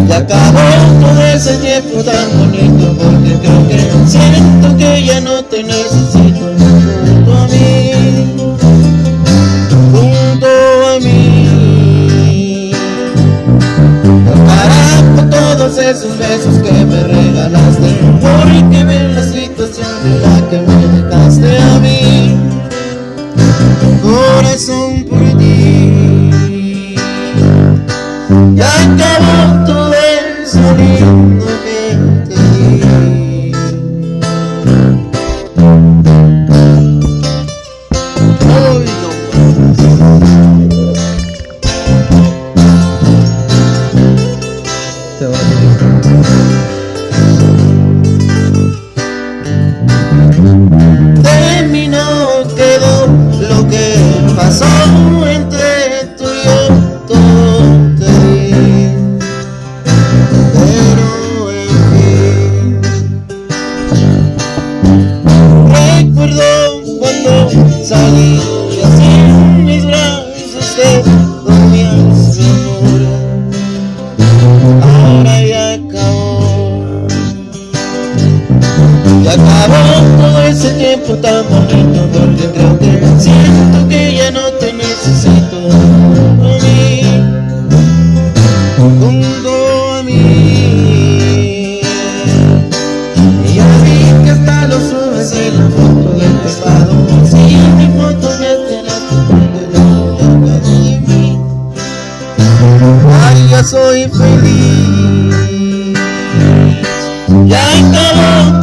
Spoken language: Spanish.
Ya acabó todo ese tiempo tan bonito, porque creo que siento que ya no te necesito junto a mí, junto a mí. Carajo, todos esos besos que me regalaste, porque ven la situación en la que me dejaste a mí, corazón por ti. Ya acabó todo eso lindo que te di. Hoy de mí no quedó lo que pasó entre tú y yo, todo te di, pero en fin. Recuerdo cuando salí y así en mis brazos te dormías, mi amor. Ahora ya acabó. Ya acabó todo ese tiempo tan bonito, porque creo que siento que ya no te necesito junto a mí, junto a mí. Y ya vi que hasta lo subes en la foto del pasado, si mi foto ya te la tomé de mí. Ay, ya soy feliz. Ya acabó